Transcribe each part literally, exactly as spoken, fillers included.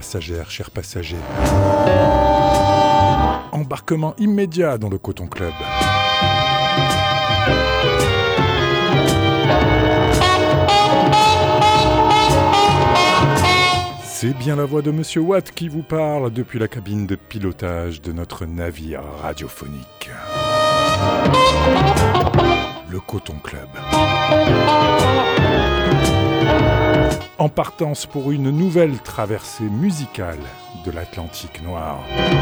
passagères, chers passagers. Embarquement immédiat dans le Coton Club. C'est bien la voix de Monsieur Watt qui vous parle depuis la cabine de pilotage de notre navire radiophonique. Le Coton Club. En partance pour une nouvelle traversée musicale de l'Atlantique noir.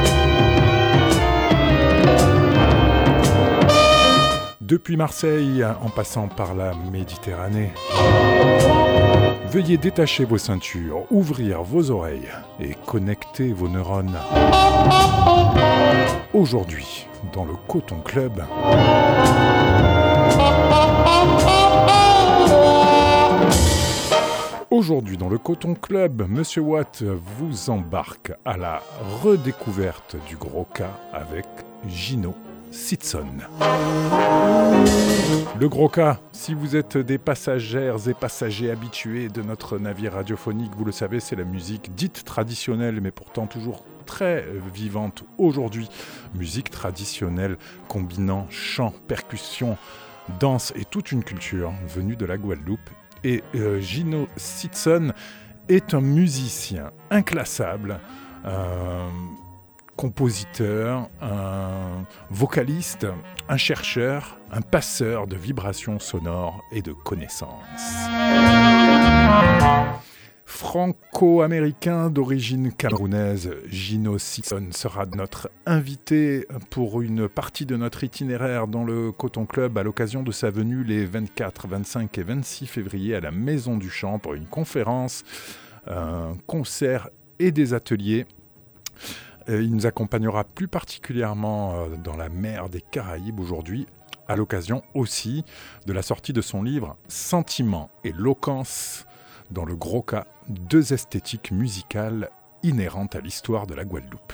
Depuis Marseille, en passant par la Méditerranée. Veuillez détacher vos ceintures, ouvrir vos oreilles et connecter vos neurones. Aujourd'hui, dans le Coton Club... Aujourd'hui, dans le Coton Club, Monsieur Watt vous embarque à la redécouverte du gros cas avec Gino Sitson. Le gros cas, si vous êtes des passagères et passagers habitués de notre navire radiophonique, vous le savez, c'est la musique dite traditionnelle, mais pourtant toujours très vivante aujourd'hui. Musique traditionnelle combinant chant, percussion, danse et toute une culture venue de la Guadeloupe. Et euh, Gino Sitson est un musicien inclassable, euh, compositeur, un vocaliste, un chercheur, un passeur de vibrations sonores et de connaissances. Franco-américain d'origine camerounaise, Gino Sitson sera notre invité pour une partie de notre itinéraire dans le Coton Club à l'occasion de sa venue les vingt-quatre, vingt-cinq et vingt-six février à la Maison du Chant pour une conférence, un concert et des ateliers. Il nous accompagnera plus particulièrement dans la mer des Caraïbes aujourd'hui, à l'occasion aussi de la sortie de son livre « Sentiment et Loquence » dans le gros cas, deux esthétiques musicales inhérentes à l'histoire de la Guadeloupe.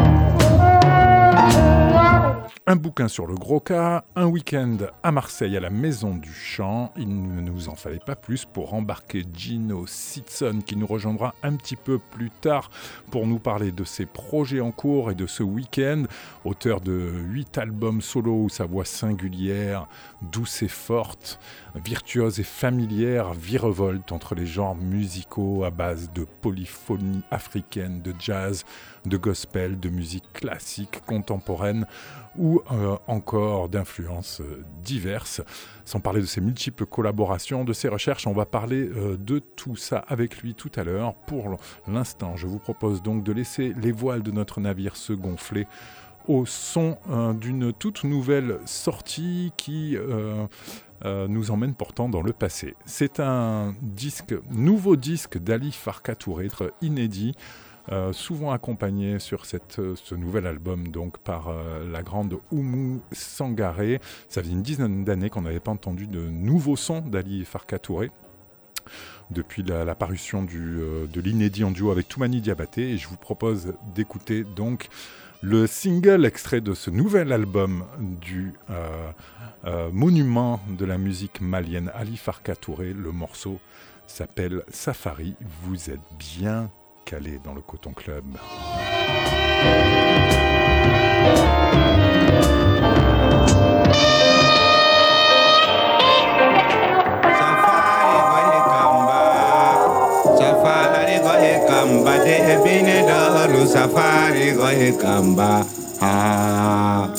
Un bouquin sur le gros cas, un week-end à Marseille à la Maison du Chant. Il ne nous en fallait pas plus pour embarquer Gino Sitson qui nous rejoindra un petit peu plus tard pour nous parler de ses projets en cours et de ce week-end. Auteur de huit albums solo où sa voix singulière, douce et forte, virtuose et familière, virevolte entre les genres musicaux à base de polyphonie africaine, de jazz, de gospel, de musique classique, contemporaine ou euh, encore d'influences euh, diverses. Sans parler de ses multiples collaborations, de ses recherches, on va parler euh, de tout ça avec lui tout à l'heure. Pour l'instant, je vous propose donc de laisser les voiles de notre navire se gonfler au son euh, d'une toute nouvelle sortie qui euh, euh, nous emmène pourtant dans le passé. C'est un disque, nouveau disque d'Ali Farka Touré, inédit, Euh, souvent accompagné sur cette, euh, ce nouvel album donc par euh, la grande Oumou Sangaré. Ça faisait une dizaine d'années qu'on n'avait pas entendu de nouveaux sons d'Ali Farka Touré depuis la, la parution du, euh, de l'inédit en duo avec Toumani Diabaté, et je vous propose d'écouter donc le single extrait de ce nouvel album du euh, euh, monument de la musique malienne Ali Farka Touré. Le morceau s'appelle Safari. Vous êtes bien calé dans le Coton Club. Safari goye kamba de ebine daru safari goye kamba ah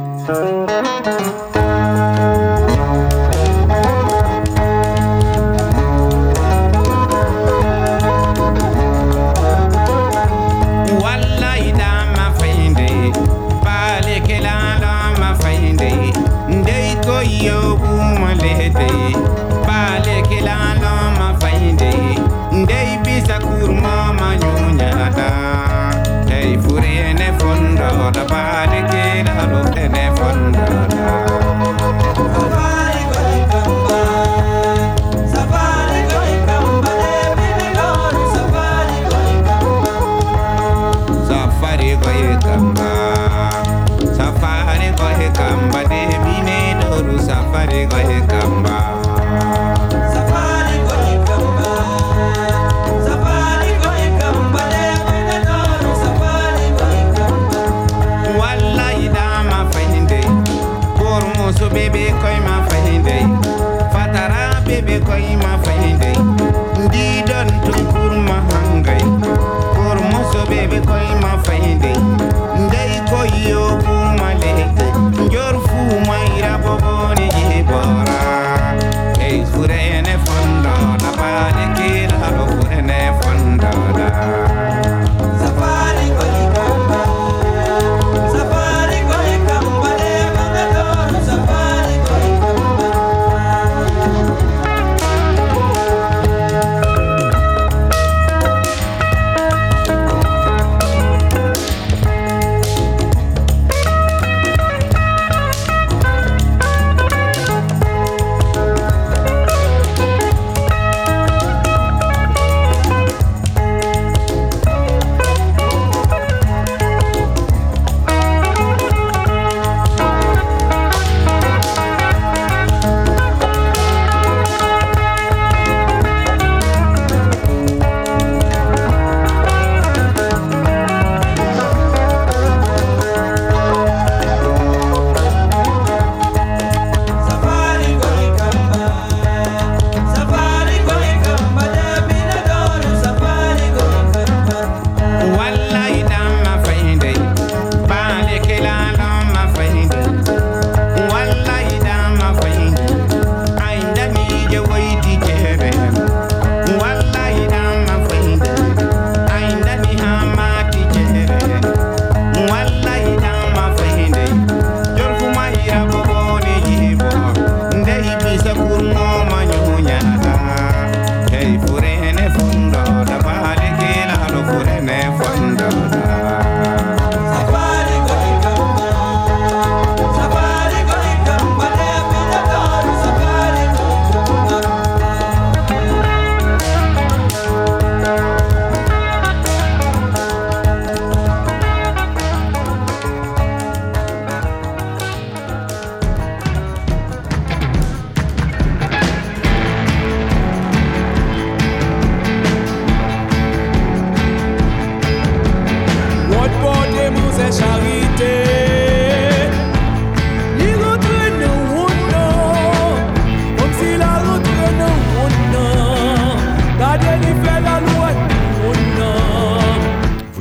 yo bumalete pale kila no mafainde ndei bisa kurma manyunyata ei fure ne fondo da pale kila lo ne fondo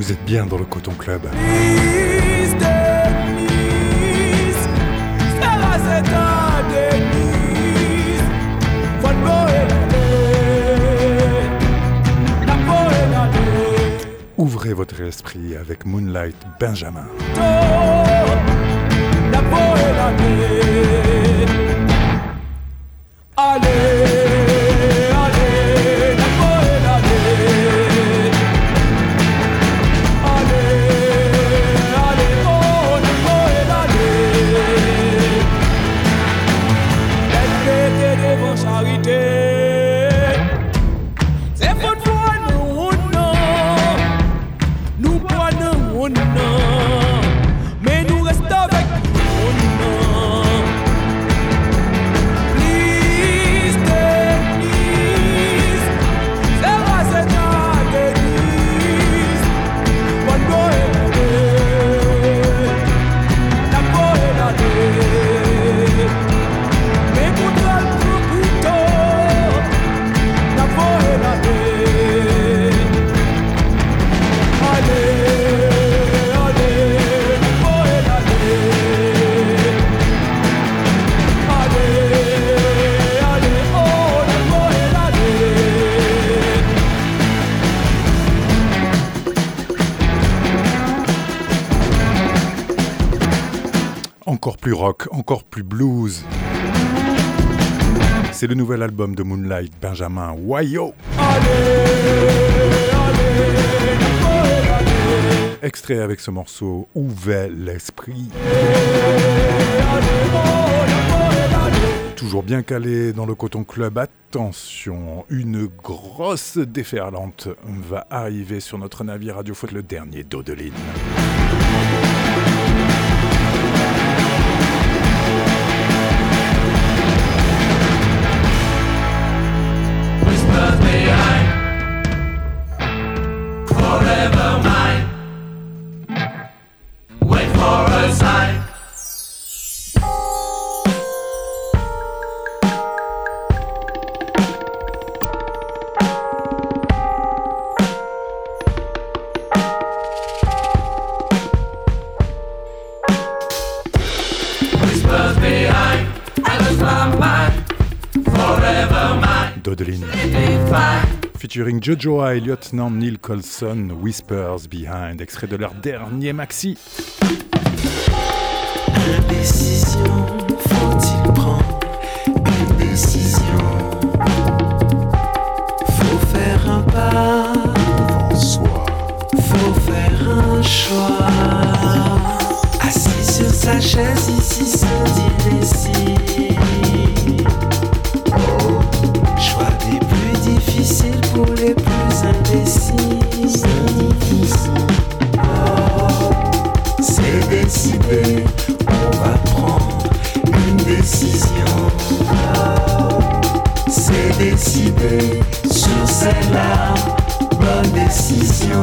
Vous êtes bien dans le Coton Club. Ouvrez votre esprit avec Moonlight Benjamin. Encore plus rock, encore plus blues. C'est le nouvel album de Moonlight Benjamin, Wayo. Extrait avec ce morceau, Ouvrez l'esprit. Toujours bien calé dans le Coton Club. Attention, une grosse déferlante va arriver sur notre navire radiophonique, le dernier Dodeline. Behind, forever mine. Wait for a sign. Whispers behind, I lose my mind. Forever mine. Dodeline. Featuring Jojo et Lieutenant Neil Colson, Whispers Behind, extrait de leur dernier maxi. Indécision, faut-il prendre une décision? Faut faire un pas devant soi, faut faire un choix. Assis sur sa chaise, ici sans indécis. Choix des plus difficiles pour les plus indécis. Oh, c'est décidé, on va prendre une décision. Oh, c'est décidé, sur celle-là, bonne décision.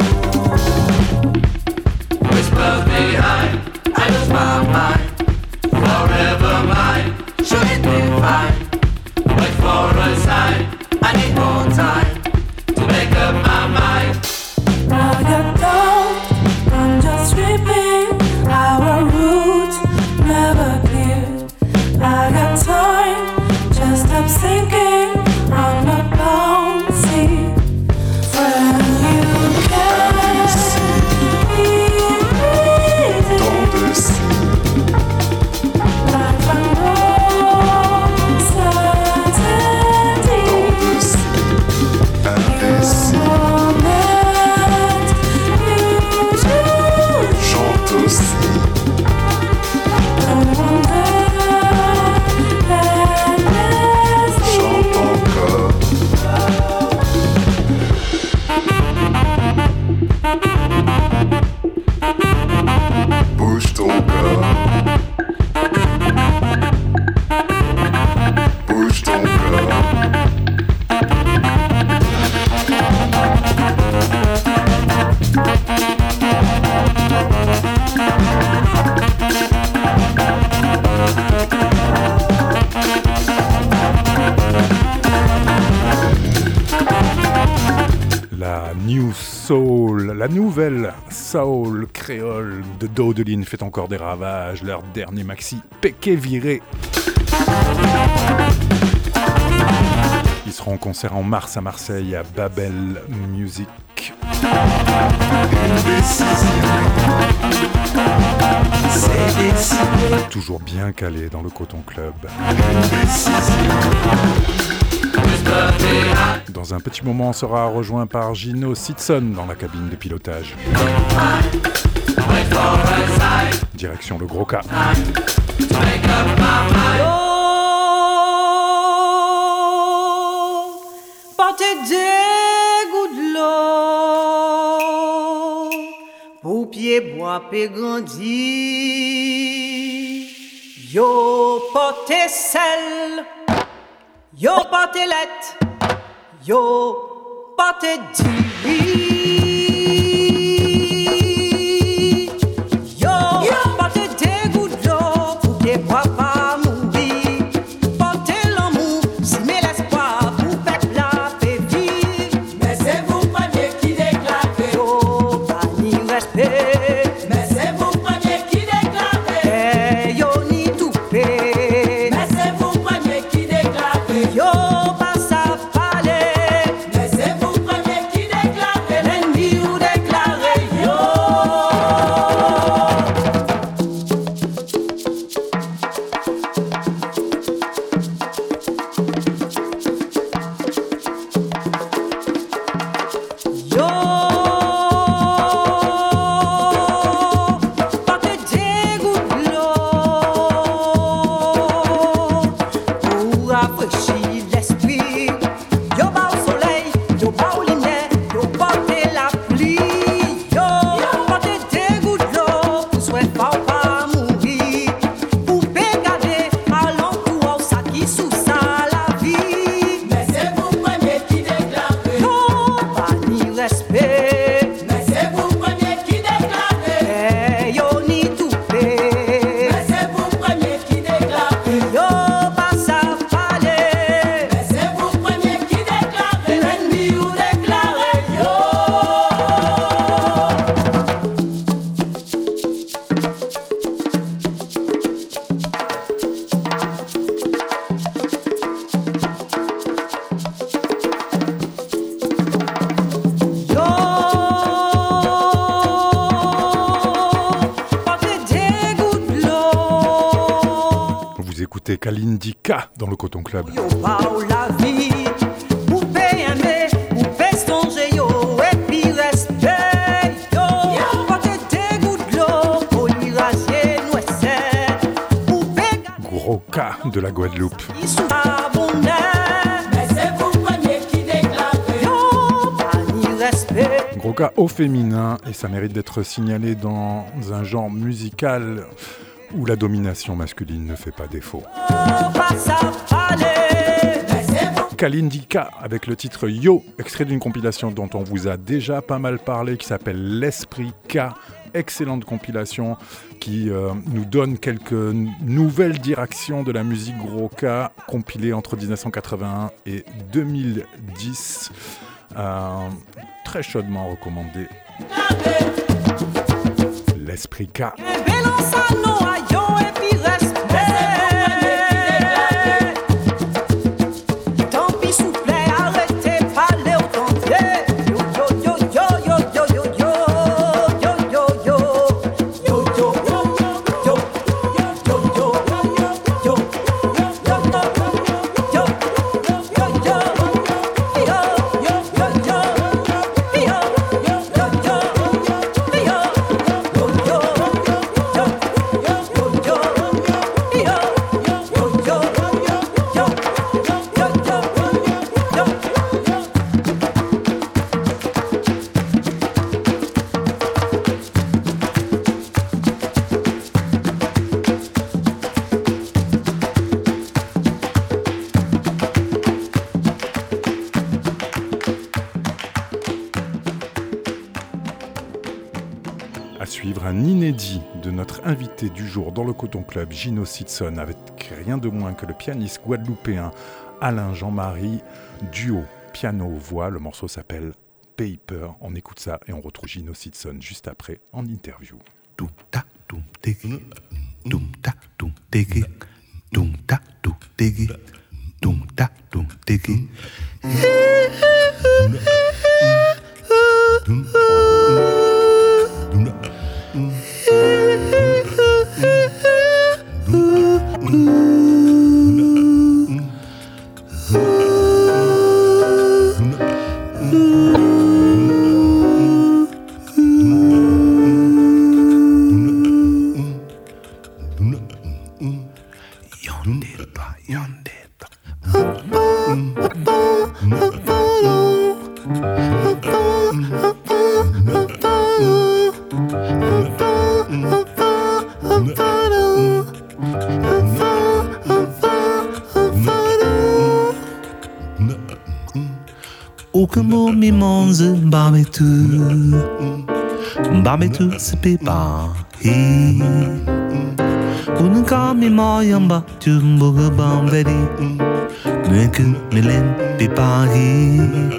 Whispers behind, I lose my mind. Forever mine, should it be fine? Wait for a sign, I need more time to make up my mind. I got down, I'm just reaping. Our roots never cleared. I got time, just stop thinking. I'm not bound to see. When you can be easy. Tant de signes, Like I know certainty. La New Soul, la nouvelle soul créole de Dodeline fait encore des ravages. Leur dernier maxi, Péqué Viré. Ils seront en concert en mars à Marseille à Babel Music. Toujours bien calé dans le Coton Club. Dans un petit moment, on sera rejoint par Gino Sitson dans la cabine de pilotage. Direction le Gros Cas. Portez des gouttes de l'eau pour pied bois pe grandi. Yo portez sel, yo portez lait, yo portez dix. Yo portez des gouttes de l'eau pour pied bois pas mourir. Portez l'amour, si met l'espoir pour peuple la paix vie. Mais c'est vous premier qui déclarez. Yo pas ni respect. Mais c'est vous premier qui déclarez. Eh, yo ni tout paix. Mais c'est vous premier qui déclarez. Yo pas ça parler. Mais c'est vous premier qui déclarez. L'ennemi ou déclaré yo. Yo portez des gouttes de l'eau pour rafraîchir l'esprit. Yo bas au soleil, yo bas au lumière, yo portez la pluie. Yo portez des gouttes de l'eau pour souhaiter pas mourir. Pour pégader à l'entour ça qui sous ça la vie. Mais c'est vous premier qui déclarez. Yo pas ni respect. Mais c'est vous premier qui déclarez. Eh, yo ni tout paix. Mais c'est vous premier qui déclarez. Yo pas ça parler. Mais c'est vous premier qui déclarez. L'ennemi ou déclaré yo. Yo portez des gouttes de l'eau. Vous écoutez Kalindi K dans le Coton Club. Yo parle la vie, ou paye aimer, ou paye songer yo, et puis respect yo. Portez des gouttes de l'eau, pour y raser nous essaie, ou paye Gros K de la Guadeloupe. qui sous la bonne air. Mais c'est vous premier qui déclarez. Yo pas ni respect. Gros K au féminin, et ça mérite d'être signalé dans un genre musical où la domination masculine ne fait pas défaut. Yo pas ça parler. Mais c'est vous Kalindi K avec le titre Yo, extrait d'une compilation dont on vous a déjà pas mal parlé qui s'appelle L'Esprit K. Excellente compilation qui euh, nous donne quelques n- nouvelles directions de la musique Gros K compilée entre dix-neuf cent quatre-vingt-un et deux mille dix. Euh, très chaudement recommandé. L'Esprit K. Belança no ayo, et puis respect. Tant pis souple, arrêtez, parlez autant de yo yo yo yo yo yo yo yo yo yo yo yo yo yo yo À suivre un inédit de notre invité du jour dans le Coton Club, Gino Sitson, avec rien de moins que le pianiste guadeloupéen Alain Jean-Marie, duo piano-voix. Le morceau s'appelle Paper. On écoute ça et on retrouve Gino Sitson juste après en interview. Doum ta doum tegi, doum ta doum tegi, doum ta doum tegi, doum ta doum tegi. Okemo mi monze babetu, babetu sepepa he. Unka mi mayamba jumbo bambedi, nueku milen pepa he.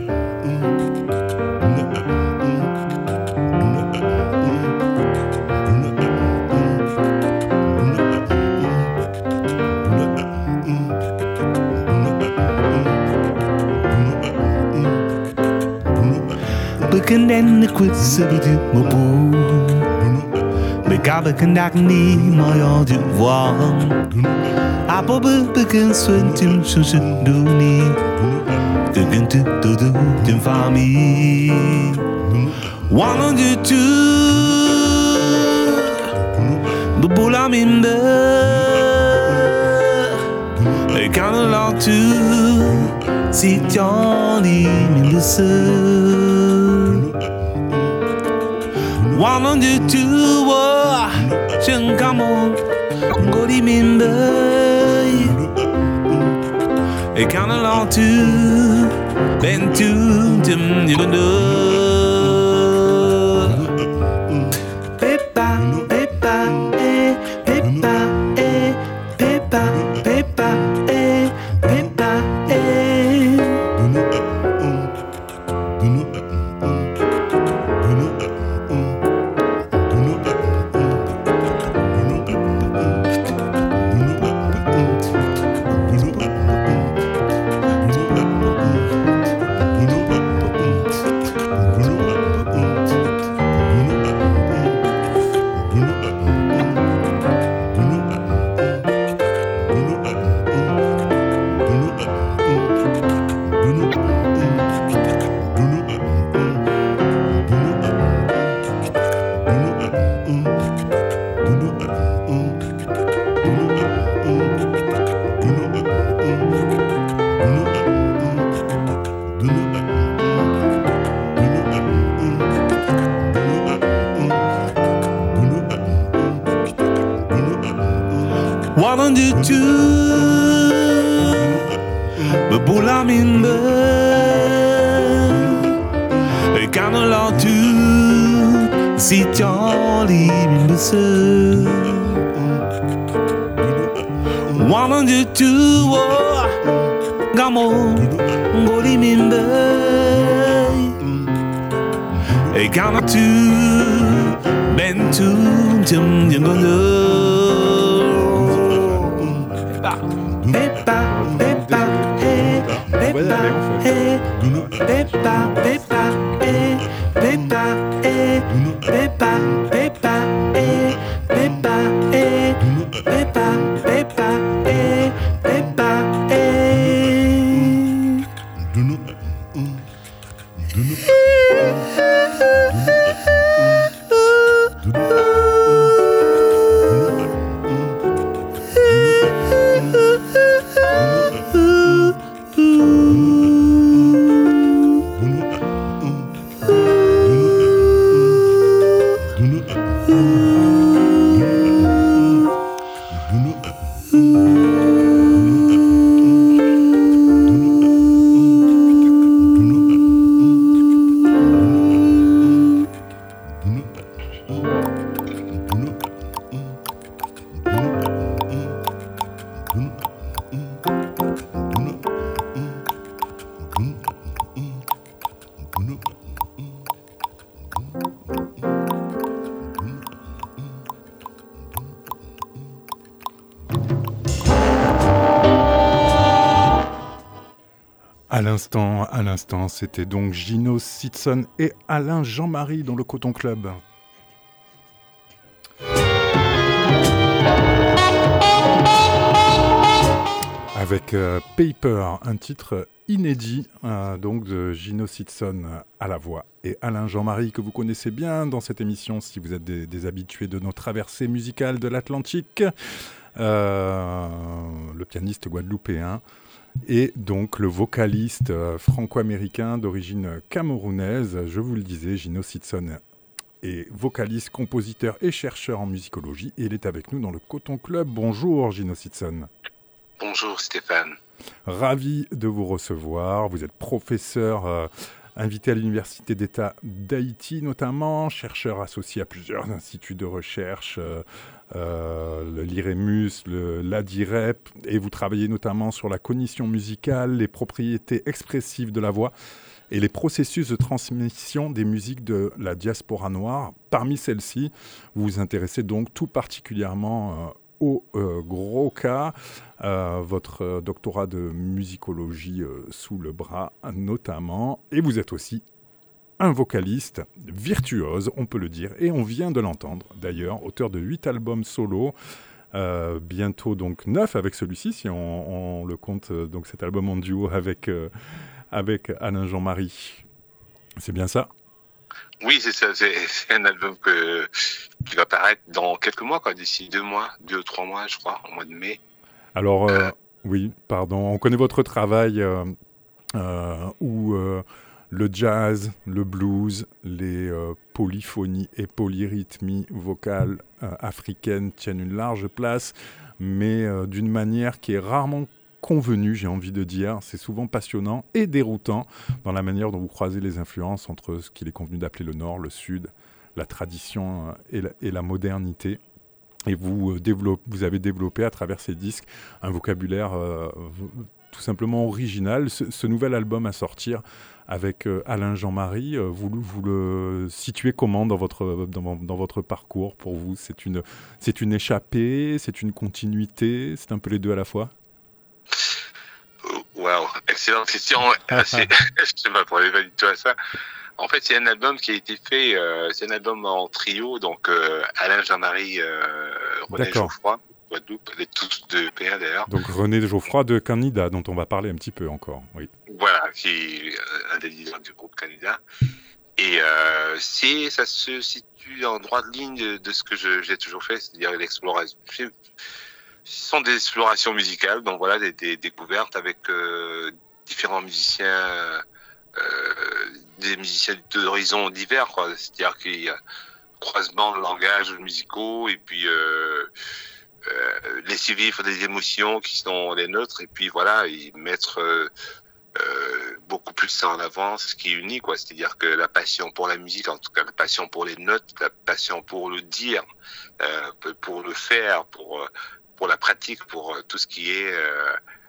Bekenden de kwitsebedu mobu, begabe kendak ni moyo du voir. Abobe beken swentim shushu duni, degen tu dudu din fami. One du tu, bebula mimbe, ekana la tu, si tiani mimbe se. One du two, Shinkamo, Gori Mimbe, a canal two, Ben two, Tim, you know. Pepa, Pepa, eh, Pepa, eh, Pepa, Pepa, eh, Pepa, eh. One du two, bebula mimbe, e canala tu, si tiali mimbe se. One du two, gamo, goli mimbe, e cana tu, ben tu, tim yengono. Pepa, Pepa, eh, Pepa, eh, Pepa, Pepa, eh, Pepa, eh, Pepa, Pepa, eh, Pepa, eh, Pepa, Pepa, eh, Pepa, Mm-hmm. À l'instant, à l'instant, c'était donc Gino Sitson et Alain Jean-Marie dans le Coton Club. Avec euh, Paper, un titre inédit euh, donc de Gino Sitson à la voix et Alain Jean-Marie que vous connaissez bien dans cette émission si vous êtes des, des habitués de nos traversées musicales de l'Atlantique, euh, le pianiste guadeloupéen et donc le vocaliste euh, franco-américain d'origine camerounaise, je vous le disais, Gino Sitson est vocaliste, compositeur et chercheur en musicologie et il est avec nous dans le Coton Club. Bonjour Gino Sitson. Bonjour Stéphane. Ravi de vous recevoir. Vous êtes professeur euh, invité à l'Université d'État d'Haïti notamment, chercheur associé à plusieurs instituts de recherche, euh, euh, le l'IREMUS, le l'ADIREP, et vous travaillez notamment sur la cognition musicale, les propriétés expressives de la voix et les processus de transmission des musiques de la diaspora noire. Parmi celles-ci, vous vous intéressez donc tout particulièrement euh, au euh, gros cas, euh, votre euh, doctorat de musicologie euh, sous le bras notamment, et vous êtes aussi un vocaliste virtuose, on peut le dire, et on vient de l'entendre d'ailleurs, auteur de huit albums solo, euh, bientôt donc neuf avec celui-ci, si on, on le compte, euh, donc cet album en duo avec, euh, avec Alain Jean-Marie. C'est bien ça ? Oui, c'est ça. C'est, c'est un album que, qui va paraître dans quelques mois, quoi, d'ici deux mois, deux ou trois mois, je crois, au mois de mai. Alors, euh, euh, oui, pardon. On connaît votre travail euh, euh, où euh, le jazz, le blues, les euh, polyphonies et polyrythmies vocales euh, africaines tiennent une large place, mais euh, d'une manière qui est rarement convenu, j'ai envie de dire. C'est souvent passionnant et déroutant dans la manière dont vous croisez les influences entre ce qu'il est convenu d'appeler le Nord, le Sud, la tradition et la, et la modernité. Et vous, euh, développe, vous avez développé à travers ces disques un vocabulaire euh, tout simplement original. Ce, ce nouvel album à sortir avec euh, Alain Jean-Marie, euh, vous, vous le situez comment dans votre, dans, dans votre parcours pour vous ? C'est une, c'est une échappée, c'est une continuité, c'est un peu les deux à la fois ? Wow, excellente question. Je ne m'attendais pas du tout à ça. En fait, c'est un album qui a été fait, euh, c'est un album en trio, donc euh, Alain Jean-Marie, euh, René D'accord. Geoffroy, Guadeloupe, les tous de P un d'ailleurs. Donc René Geoffroy de Canida, dont on va parler un petit peu encore. Oui. Voilà, qui est un des leaders du groupe Canida. Et euh, c'est, ça se situe en droite ligne de, de ce que je, j'ai toujours fait, c'est-à-dire l'exploration. Ce sont des explorations musicales, donc voilà, des, des découvertes avec euh, différents musiciens, euh, des musiciens d'horizons divers, quoi. C'est-à-dire qu'il y a croisement de langages musicaux et puis euh, euh, laisser vivre des émotions qui sont les nôtres et puis voilà, y mettre euh, euh, beaucoup plus ça en avant, ce qui unit, quoi. C'est-à-dire que la passion pour la musique, en tout cas la passion pour les notes, la passion pour le dire, euh, pour le faire, pour euh, pour la pratique, pour euh, tout ce qui est euh,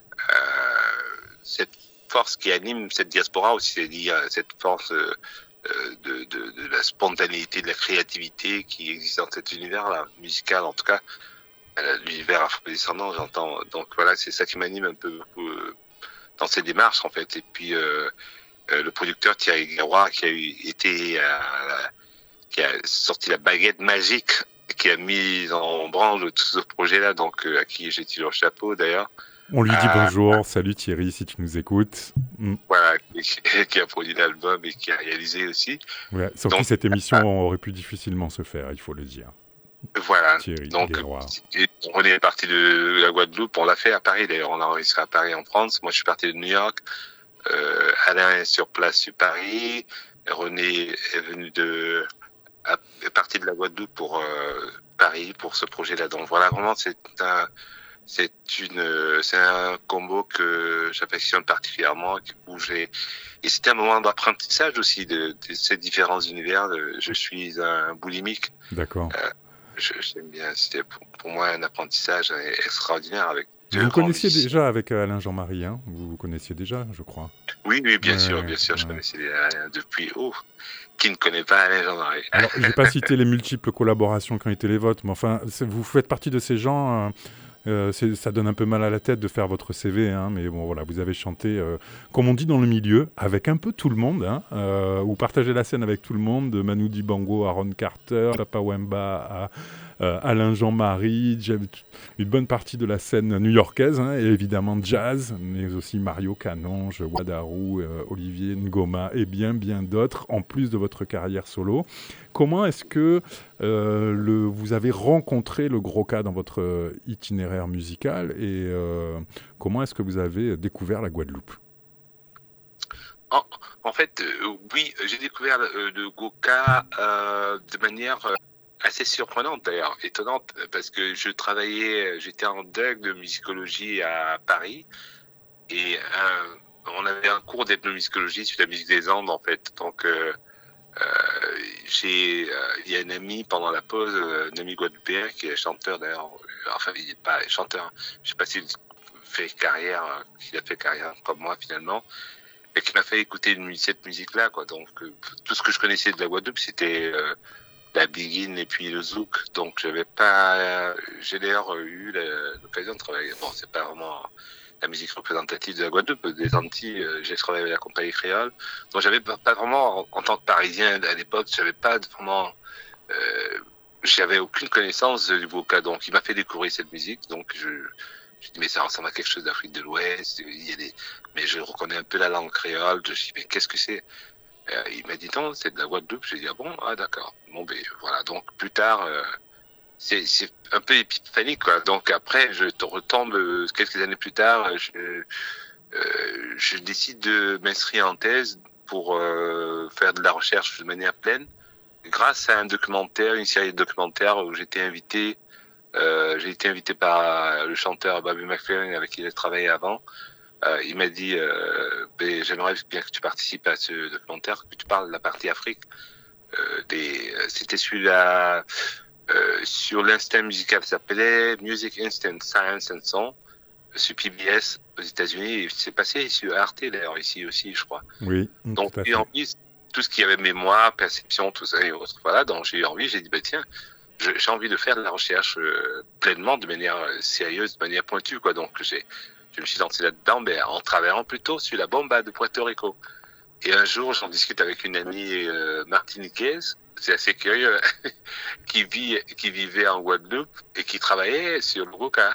euh, cette force qui anime cette diaspora aussi, c'est-à-dire cette force euh, de, de, de la spontanéité, de la créativité qui existe dans cet univers-là, musical en tout cas, euh, l'univers afro-descendant, j'entends. Donc voilà, c'est ça qui m'anime un peu euh, dans ces démarches en fait. Et puis euh, euh, le producteur Thierry Garois qui a eu, été, euh, qui a sorti la baguette magique, qui a mis en branle tout ce projet-là, donc euh, à qui j'ai tiré le chapeau d'ailleurs. On lui dit euh, bonjour, salut Thierry si tu nous écoutes. Mm. Voilà, qui, qui a produit l'album et qui a réalisé aussi. Ouais, surtout donc, cette émission euh, aurait pu difficilement se faire, il faut le dire. Voilà, Thierry donc Garois. on est parti de la Guadeloupe, on l'a fait à Paris d'ailleurs, on a enregistré à Paris en France. Moi je suis parti de New York, euh, Alain est sur place sur Paris, René est venu de... est parti de la Guadeloupe pour euh, Paris pour ce projet-là. Donc voilà, vraiment c'est un c'est une c'est un combo que j'affectionne particulièrement, où j'ai et c'était un moment d'apprentissage aussi de, de ces différents univers. De, je suis un boulimique. D'accord. Euh, je, j'aime bien. C'était pour, pour moi un apprentissage extraordinaire avec. Vous vous connaissiez musiciens. Déjà avec Alain Jean-Marie, hein ? Vous vous connaissiez déjà, je crois. Oui, oui, bien ouais, sûr, bien sûr, ouais. Je connaissais Alain depuis. Oh, qui ne connaît pas Alain Jean-Marie ? Alors, je n'ai pas cité les multiples collaborations qui ont été les vôtres, mais enfin, vous faites partie de ces gens. Euh, Euh, c'est, ça donne un peu mal à la tête de faire votre C V, hein, mais bon, voilà, vous avez chanté, euh, comme on dit dans le milieu, avec un peu tout le monde. Hein, euh, vous partagez la scène avec tout le monde, de Manu Dibango à Ron Carter, Papa Wemba à euh, Alain Jean-Marie, une bonne partie de la scène new-yorkaise, hein, et évidemment jazz, mais aussi Mario Canonge, Wadarou, euh, Olivier Ngoma et bien, bien d'autres, en plus de votre carrière solo. Comment est-ce que euh, le, vous avez rencontré le Gros-Cas dans votre euh, itinéraire musical et euh, comment est-ce que vous avez découvert la Guadeloupe ? En, en fait, euh, oui, j'ai découvert euh, le Gros-Cas euh, de manière euh, assez surprenante d'ailleurs, étonnante, parce que je travaillais, j'étais en D E G de musicologie à Paris et euh, on avait un cours d'ethnomusicologie sur la musique des Andes en fait, donc euh, Euh, j'ai, euh, il y a un ami pendant la pause, euh, un ami guadeloupéen qui est chanteur d'ailleurs, euh, enfin il n'est pas chanteur, je sais pas s'il fait carrière, euh, s'il a fait carrière comme moi finalement, et qui m'a fait écouter une, cette musique-là, quoi. Donc euh, tout ce que je connaissais de la Guadeloupe, c'était euh, la biguine et puis le zouk, donc j'avais pas, euh, j'ai d'ailleurs eu l'occasion de travailler. Bon, c'est pas vraiment la musique représentative de la Guadeloupe, des Antilles, euh, j'ai travaillé avec la compagnie créole. Donc j'avais pas, pas vraiment, en, en tant que Parisien à l'époque, j'avais pas vraiment, euh, j'avais aucune connaissance du Gros-Cas. Donc il m'a fait découvrir cette musique. Donc je, je dis mais ça ressemble à quelque chose d'Afrique de l'Ouest. Il y a des, mais je reconnais un peu la langue créole. Je dis mais qu'est-ce que c'est? euh, Il m'a dit non, c'est de la Guadeloupe. J'ai dit ah bon, ah d'accord. Bon ben voilà. Donc plus tard. Euh, C'est, c'est un peu épiphanique, quoi. Donc après, je te retombe euh, quelques années plus tard, je, euh, je décide de m'inscrire en thèse pour euh, faire de la recherche de manière pleine, grâce à un documentaire, une série de documentaires où j'étais invité, euh, j'ai été invité par le chanteur Bobby McFerrin avec qui j'ai travaillé avant. Euh, il m'a dit, euh, ben, j'aimerais bien que tu participes à ce documentaire, que tu parles de la partie Afrique. Euh, des, c'était celui-là. Euh, sur l'instinct musical, ça s'appelait Music Instinct Science and Song, sur P B S aux États-Unis. C'est passé sur Arte d'ailleurs, ici aussi, je crois. Oui. Donc j'ai eu envie, tout ce qui avait mémoire, perception, tout ça et autres. Voilà, donc j'ai eu envie, j'ai dit bah tiens, je, j'ai envie de faire de la recherche euh, pleinement, de manière euh, sérieuse, de manière pointue, quoi. Donc j'ai, je me suis lancé là-dedans, ben, en travaillant plutôt sur la bomba de Puerto Rico. Et un jour, j'en discute avec une amie euh, martiniquaise. C'est assez curieux, qui vit, qui vivait en Guadeloupe et qui travaillait sur le Gros-Cas,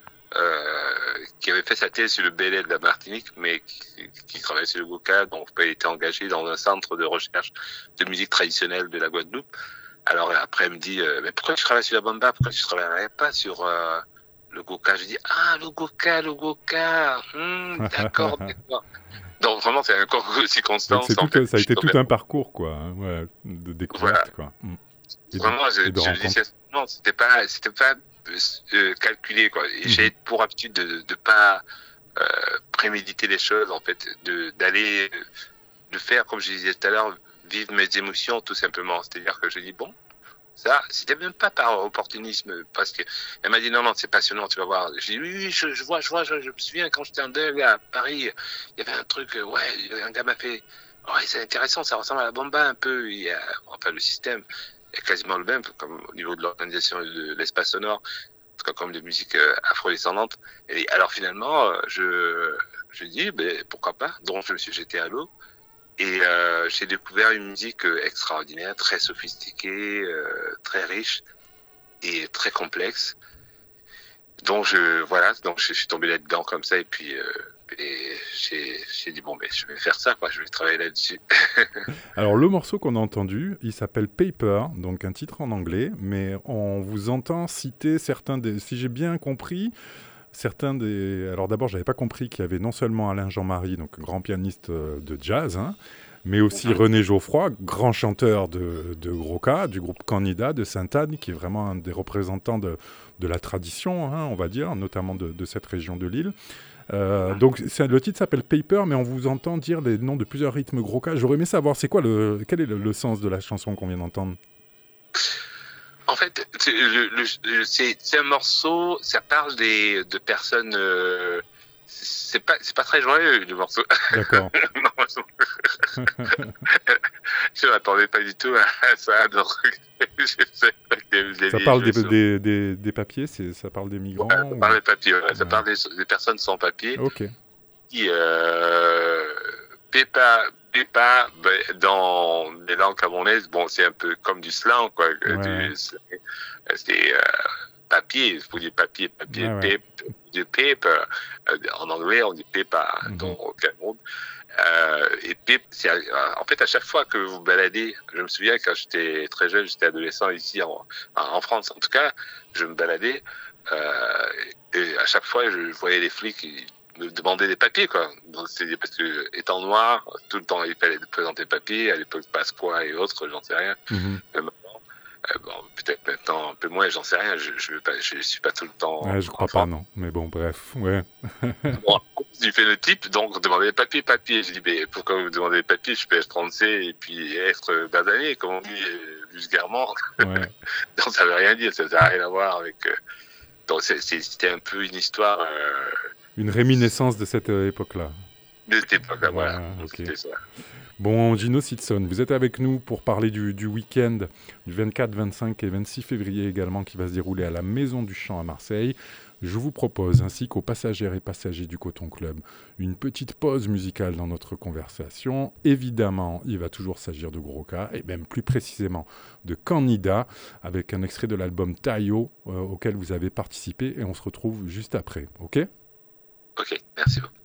euh, qui avait fait sa thèse sur le Bélé de la Martinique, mais qui, qui travaillait sur le Gros-Cas, donc il était engagé dans un centre de recherche de musique traditionnelle de la Guadeloupe. Alors après, elle me dit, euh, mais pourquoi tu travailles sur la bomba, pourquoi tu travaillerais pas sur euh, le Gros-Cas? Je dis, ah, le Gros-Cas, le Gros-Cas, hum, d'accord, d'accord. Donc vraiment, c'est un concours de circonstances. C'est tout, en fait, ça a été tout un parcours, quoi, hein, ouais, de découverte, voilà. Quoi. Et vraiment, de, je, je le disais, non, c'était pas, c'était pas euh, calculé, quoi. Et mmh. J'ai pour habitude de ne pas euh, préméditer les choses, en fait, de d'aller, de faire, comme je disais tout à l'heure, vivre mes émotions, tout simplement. C'est-à-dire que je dis bon. Ça, c'était même pas par opportunisme, parce que elle m'a dit non, non, c'est passionnant, tu vas voir. J'ai dit oui, oui, je, je vois, je vois, je, je me souviens quand j'étais en deuil à Paris, il y avait un truc, ouais, un gars m'a fait, ouais, c'est intéressant, ça ressemble à la bomba un peu, il y a, enfin, le système est quasiment le même, comme au niveau de l'organisation de l'espace sonore, en tout cas comme de musique euh, afro-descendante. Et alors finalement, je, je dis, ben, pourquoi pas, donc je me suis jeté à l'eau. Et euh, j'ai découvert une musique euh, extraordinaire, très sophistiquée, euh, très riche et très complexe. Donc je voilà, donc je suis tombé là-dedans comme ça et puis euh, et j'ai, j'ai dit bon ben je vais faire ça quoi, je vais travailler là-dessus. Alors le morceau qu'on a entendu, il s'appelle Paper, donc un titre en anglais, mais on vous entend citer certains des, si j'ai bien compris. Certains des... Alors d'abord, je n'avais pas compris qu'il y avait non seulement Alain Jean-Marie, donc grand pianiste de jazz, hein, mais aussi René Geoffroy, grand chanteur de, de Gros-Cas, du groupe Canida de Sainte-Anne, qui est vraiment un des représentants de, de la tradition, hein, on va dire, notamment de, de cette région de l'île. Euh, donc c'est, le titre s'appelle Paper, mais on vous entend dire les noms de plusieurs rythmes Gros-Cas. J'aurais aimé savoir, c'est quoi le, quel est le, le sens de la chanson qu'on vient d'entendre? En fait, c'est, le, le, c'est, c'est un morceau, ça parle des, de personnes... Euh, c'est pas, c'est pas très joyeux, le morceau. D'accord. Je m'attendais pas du tout à ça. Donc, je sais pas que les Ça vieilles parle des, jouets sont- des, des, des papiers, c'est, ça parle des migrants Ouais, ça ou- parle des papiers, ouais. Ça Ouais. parle des, des personnes sans papier. Ok. Qui, euh, Pépa, Pépa, ben, dans les langues camerounaises, bon, c'est un peu comme du slang, quoi. euh, Ouais. Du- c'est c'est, euh, papier, il faut dire papier, papier, Ouais, ouais. pape, du paper. Euh, en anglais, on dit Pépa, Mhm. donc au Cameroun. Euh, et Pép, c'est, euh, en fait, à chaque fois que vous baladez, je me souviens quand j'étais très jeune, j'étais adolescent ici en, en France, en tout cas, je me baladais, euh, et à chaque fois, je voyais les flics qui me demandaient des papiers, quoi. Donc, c'est parce que, étant noir, tout le temps, il fallait présenter des papiers, à l'époque, Pasqua et autres, j'en sais rien. Mhm. Mais maintenant, euh, bon, peut-être maintenant un peu moins, j'en sais rien, je, je, vais pas- je suis pas tout le temps. Ouais, je crois en France. pas, non. Mais bon, bref, ouais. Bon, du phénotype, donc demander des papiers, papiers. Je dis, mais pourquoi vous demandez des papiers? Je peux être français et puis être basané, comme on dit euh, vulgairement. Ouais. Donc ça veut rien dire, ça n'a rien à voir avec. euh, Donc c'est- c'est- c'était un peu une histoire euh, Une réminiscence de cette euh, époque-là. de cette époque-là, voilà. Ouais, ok. C'était ça. Bon, Gino Sitson, vous êtes avec nous pour parler du, du week-end du vingt-quatre, vingt-cinq et vingt-six février également qui va se dérouler à la Maison du Chant à Marseille. Je vous propose, ainsi qu'aux passagères et passagers du Coton Club, une petite pause musicale dans notre conversation. Évidemment, il va toujours s'agir de Gros Cas, et même plus précisément de Candida, avec un extrait de l'album Tayo, euh, auquel vous avez participé, et on se retrouve juste après, ok ? Ok, merci beaucoup.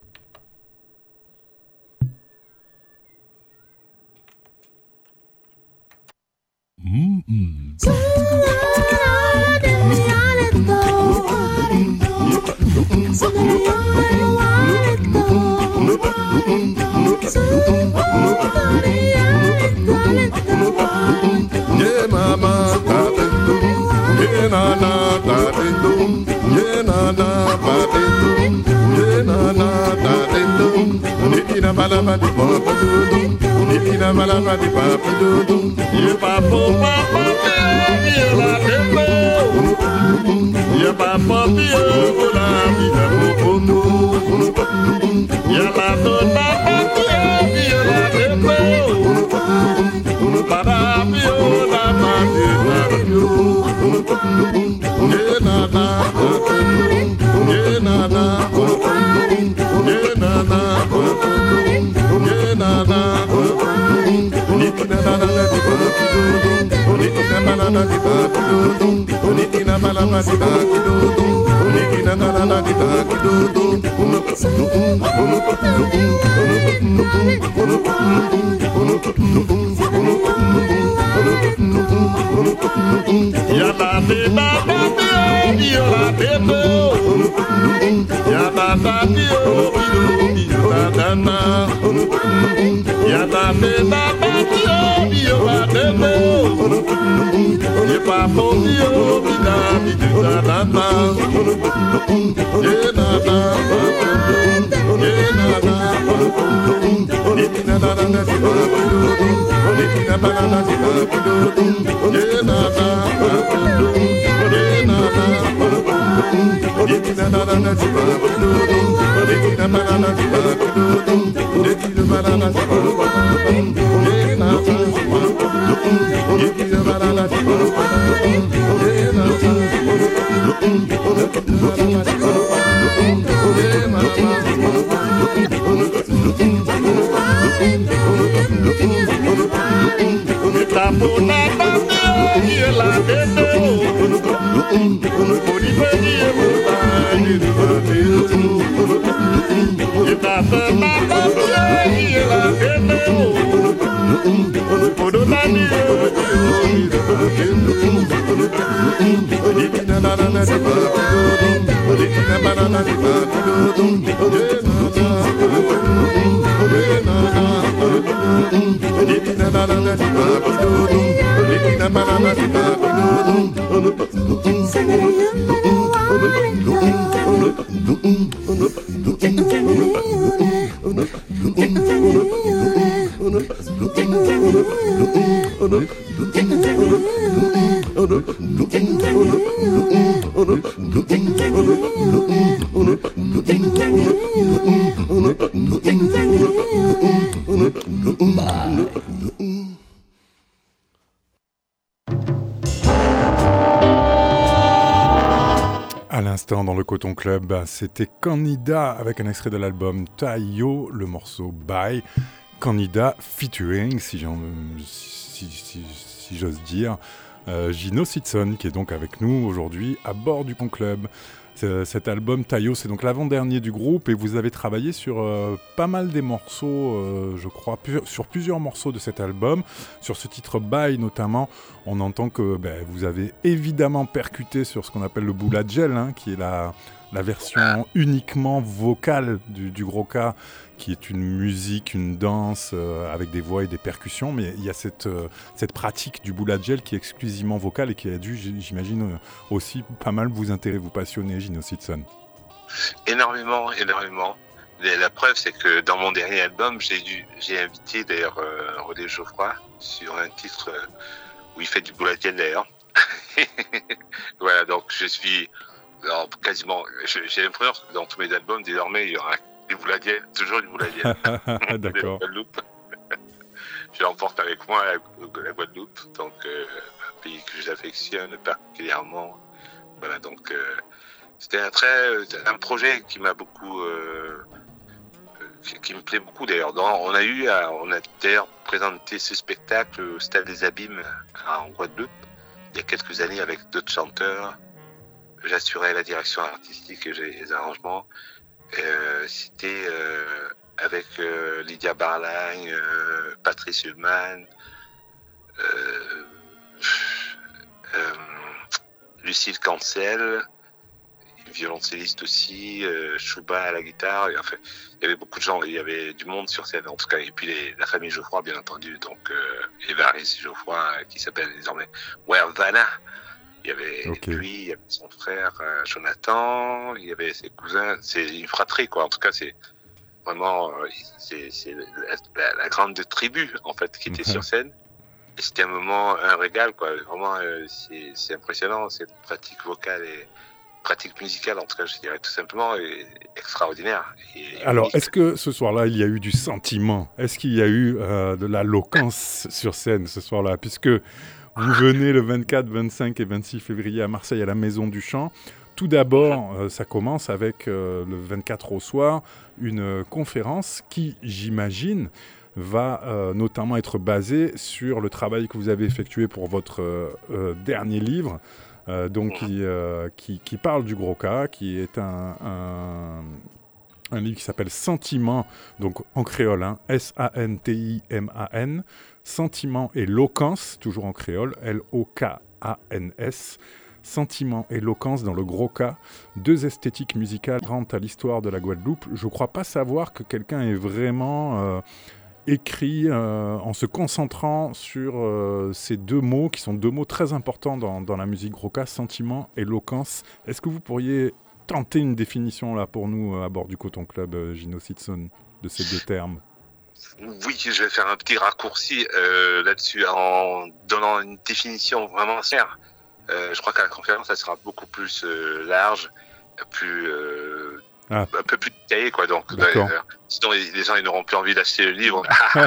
Yeah, mama, da ding dum. Yeah, na na, da ding dum. Yeah, na na, ba ding dum. Yeah, na na, da ding dum. Niki na bala ba di ba ba du dum. Niki na bala ba di ba ba du dum. Yeah, ba bo ba ba yeah, la ding dum. Yeah, ba ba yeah, la mi da bo bo bo. Yeah, la do ba ba yeah, la ding dum. Yada de da da de yo la de do. Yada da de yo yo da da na. Yada de da da de yo yo la de do. Ye pa po yo mi da mi da da na. Ye na na. Ye na na. Ye na na na di ba do. Ye na na na di ba do. Ye na na. À l'instant dans le Coton Club, c'était Candida avec un extrait de l'album Tayo, le morceau Bye. Candida featuring, si, j'en, si, si, si j'ose dire, euh, Gino Sitson, qui est donc avec nous aujourd'hui à bord du Coton Club. C'est, cet album Tayo, c'est donc l'avant-dernier du groupe et vous avez travaillé sur euh, pas mal des morceaux, euh, je crois, pu- sur plusieurs morceaux de cet album. Sur ce titre Bye notamment, on entend que ben, vous avez évidemment percuté sur ce qu'on appelle le Bula Gel, hein, qui est la, la version uniquement vocale du, du Gros K, qui est une musique, une danse euh, avec des voix et des percussions, mais il y a cette, euh, cette pratique du Bula Gel qui est exclusivement vocale et qui a dû, j'imagine, euh, aussi pas mal vous intéresser, vous passionner, Gino Sitson. Énormément, énormément. Et la preuve, c'est que dans mon dernier album, j'ai, dû, j'ai invité d'ailleurs euh, Rodé Geoffroy sur un titre euh, où il fait du Bula Gel d'ailleurs. Voilà, donc je suis alors, quasiment, je, j'ai l'impression que dans tous mes albums, désormais, il y aura du Bula Gel, toujours du Bula Gel. D'accord. Je l'emporte avec moi la, la Guadeloupe, donc euh, un pays que j'affectionne particulièrement. Voilà, donc euh, c'était un très, un projet qui m'a beaucoup, euh, qui, qui me plaît beaucoup d'ailleurs. Dans, on a eu, à, on a d'ailleurs présenté ce spectacle au Stade des Abîmes en Guadeloupe il y a quelques années avec d'autres chanteurs. J'assurais la direction artistique et les arrangements. Euh, c'était euh, avec euh, Lydia Barlagne, euh, Patrice Hullman, euh, euh, Lucille Cancel, violoncelliste aussi, euh, Chouba à la guitare. Et, enfin, il y avait beaucoup de gens, il y avait du monde sur scène en tout cas. Et puis les, la famille Geoffroy, bien entendu, donc euh, Évariste Geoffroy, qui s'appelle désormais Wervana. Il y avait okay. lui, il y avait son frère euh, Jonathan, il y avait ses cousins. C'est une fratrie, quoi. En tout cas, c'est vraiment euh, c'est, c'est la, la, la grande tribu, en fait, qui était mm-hmm. sur scène. Et c'était un moment, un régal, quoi. Vraiment, euh, c'est, c'est impressionnant, cette pratique vocale et pratique musicale, en tout cas, je dirais tout simplement, est extraordinaire. Et, Alors, unique. Est-ce que ce soir-là, il y a eu du sentiment ? Est-ce qu'il y a eu euh, de la loquence sur scène ce soir-là ? Puisque vous venez le vingt-quatre, vingt-cinq et vingt-six février à Marseille à la Maison du Chant. Tout d'abord, euh, ça commence avec euh, le vingt-quatre au soir, une euh, conférence qui, j'imagine, va euh, notamment être basée sur le travail que vous avez effectué pour votre euh, euh, dernier livre, euh, donc qui, euh, qui, qui parle du Gros K, qui est un, un, un livre qui s'appelle Sentiment, donc en créole, hein, S A N T I M A N, Sentiment et Loquence, toujours en créole, L O K A N S, Sentiment et Loquence dans le Gros K, deux esthétiques musicales rentrent à l'histoire de la Guadeloupe. Je ne crois pas savoir que quelqu'un ait vraiment euh, écrit euh, en se concentrant sur euh, ces deux mots, qui sont deux mots très importants dans, dans la musique Gros K, Sentiment et Loquence. Est-ce que vous pourriez tenter une définition là pour nous à bord du Coton Club, euh, Gino Sitson, de ces deux termes ? Oui, je vais faire un petit raccourci euh, là-dessus en donnant une définition vraiment claire. Euh, je crois qu'à la conférence, ça sera beaucoup plus euh, large, plus euh, ah. un peu plus détaillé, quoi. Donc, euh, sinon, les gens ils n'auront plus envie d'acheter le livre.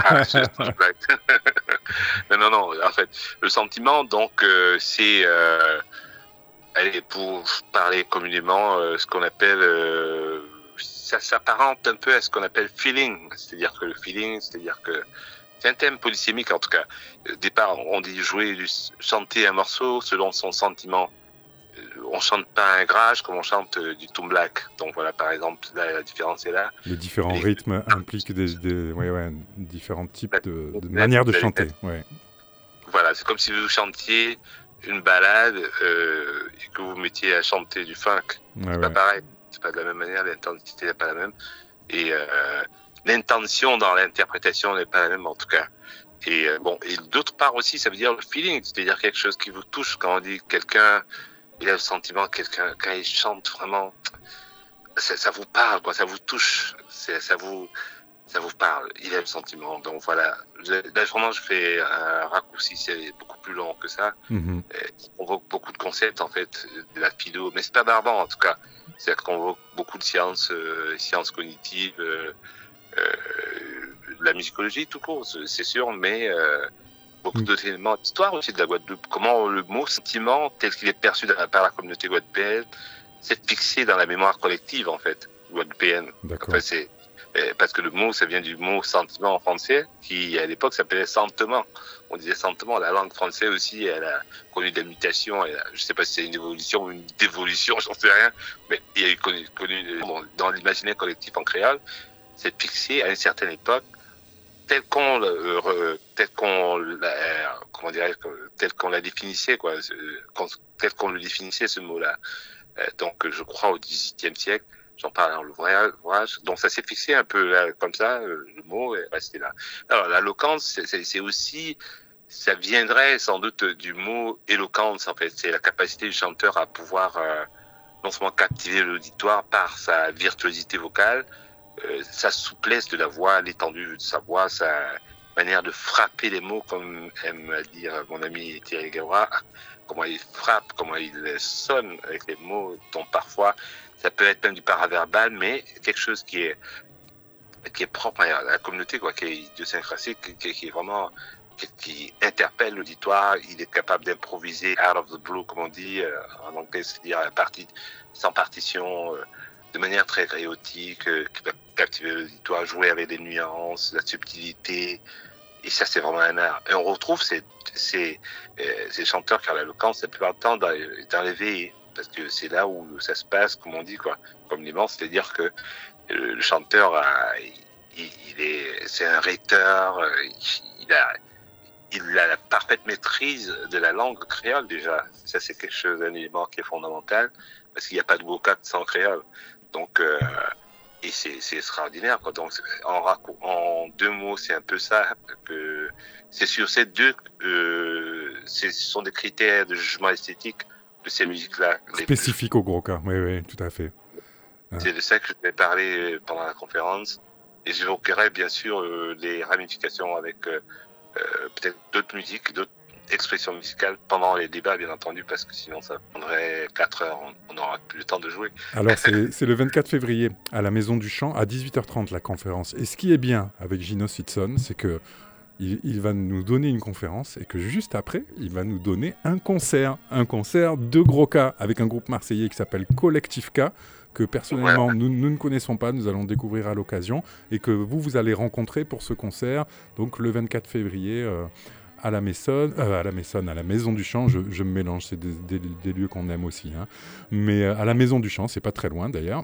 non, non, non. En fait, le sentiment, donc, euh, c'est, euh, allez, pour parler communément, euh, ce qu'on appelle euh, ça s'apparente un peu à ce qu'on appelle feeling, c'est-à-dire que le feeling, c'est-à-dire que c'est un thème polysémique en tout cas. Au départ, on dit jouer, chanter un morceau selon son sentiment. On chante pas un grage comme on chante du tumblak. Donc voilà, par exemple, là, la différence est là. Les différents Et... rythmes impliquent des, des ouais, ouais, différents types de, de manières de chanter. Ouais. Voilà, c'est comme si vous chantiez une balade euh, et que vous mettiez à chanter du funk. Ouais, c'est ouais. pas pareil. C'est pas de la même manière, l'intensité n'est pas la même. Et euh, l'intention dans l'interprétation n'est pas la même en tout cas. Et euh, bon, et d'autre part aussi, ça veut dire le feeling, c'est-à-dire quelque chose qui vous touche quand on dit quelqu'un, il a le sentiment, quelqu'un, quand il chante vraiment, ça, ça vous parle, quoi, ça vous touche, c'est, ça vous, ça vous parle, il a le sentiment. Donc voilà, là vraiment je fais un raccourci, c'est beaucoup plus long que ça. Mm-hmm. Ça convoque beaucoup de concepts en fait, de la philo, mais c'est pas barbant en tout cas. C'est-à-dire qu'on convoque beaucoup de sciences, euh, sciences cognitives, euh, euh, de la musicologie tout court, c'est sûr, mais euh, beaucoup d'autres éléments d'histoire aussi de la Guadeloupe. Comment le mot sentiment, tel qu'il est perçu par la communauté guadeloupéenne, c'est fixé dans la mémoire collective, en fait, guadeloupéenne. D'accord. Enfin, c'est, euh, parce que le mot, ça vient du mot sentiment en français, qui à l'époque s'appelait sentement. On disait sentement. La langue française aussi, elle a connu des mutations. Elle a, je ne sais pas si c'est une évolution ou une dévolution, j'en sais rien. Mais il y a eu connu, connu dans, dans l'imaginaire collectif en créole, c'est fixé à une certaine époque, tel qu'on, euh, tel qu'on, l'a, comment dirais-je, tel qu'on la définissait, quoi, tel qu'on le définissait ce mot-là. Euh, donc, je crois au dix-huitième siècle. J'en parle dans l'ouvrage. Donc, ça s'est fixé un peu là, comme ça. Le mot est resté là. Alors, l'éloquence, c'est, c'est, c'est aussi, ça viendrait sans doute du mot éloquence, en fait. C'est la capacité du chanteur à pouvoir euh, non seulement captiver l'auditoire par sa virtuosité vocale, euh, sa souplesse de la voix, l'étendue de sa voix, sa manière de frapper les mots, comme aime dire mon ami Thierry Gawra, comment il frappe, comment il sonne avec les mots, dont parfois ça peut être même du paraverbal, mais quelque chose qui est qui est propre à la communauté, quoi, qui est idiosyncratique, qui, qui est vraiment qui, qui interpelle l'auditoire. Il est capable d'improviser out of the blue, comme on dit euh, en anglais, c'est-à-dire à partie sans partition, euh, de manière très chaotique, euh, qui va captiver l'auditoire, jouer avec des nuances, la subtilité. Et ça, c'est vraiment un art. Et on retrouve ces ces, euh, ces chanteurs qui ont l'éloquence la plupart du temps dans, dans les veillées. Parce que c'est là où ça se passe, comme on dit, quoi, comme l'immense, c'est-à-dire que le, le chanteur, a, il, il est, c'est un rhéteur, il a, il a la parfaite maîtrise de la langue créole déjà. Ça, c'est quelque chose, un élément qui est fondamental, parce qu'il n'y a pas de vocat sans créole. Donc, euh, et c'est, c'est extraordinaire, quoi. Donc, en, en deux mots, c'est un peu ça. Que c'est sur ces deux, euh, ce sont des critères de jugement esthétique de ces musiques-là. Spécifiques au gros cas, oui, oui, tout à fait. C'est de ça que je vais parler pendant la conférence. Et j'évoquerai bien sûr euh, les ramifications avec euh, euh, peut-être d'autres musiques, d'autres expressions musicales pendant les débats, bien entendu, parce que sinon ça prendrait quatre heures, on n'aura plus le temps de jouer. Alors c'est, c'est le vingt-quatre février à la Maison du Chant, à dix-huit heures trente la conférence. Et ce qui est bien avec Gino Sitson, c'est que Il, il va nous donner une conférence et que juste après, il va nous donner un concert. Un concert de gros cas avec un groupe marseillais qui s'appelle Collectif K, que personnellement, ouais. nous, nous ne connaissons pas, nous allons découvrir à l'occasion et que vous, vous allez rencontrer pour ce concert, donc le vingt-quatre février euh, à la Maison, euh, à la Maison, à la Maison du Chant, je, je me mélange, c'est des, des, des lieux qu'on aime aussi, hein. Mais euh, à la Maison du Chant, c'est pas très loin d'ailleurs.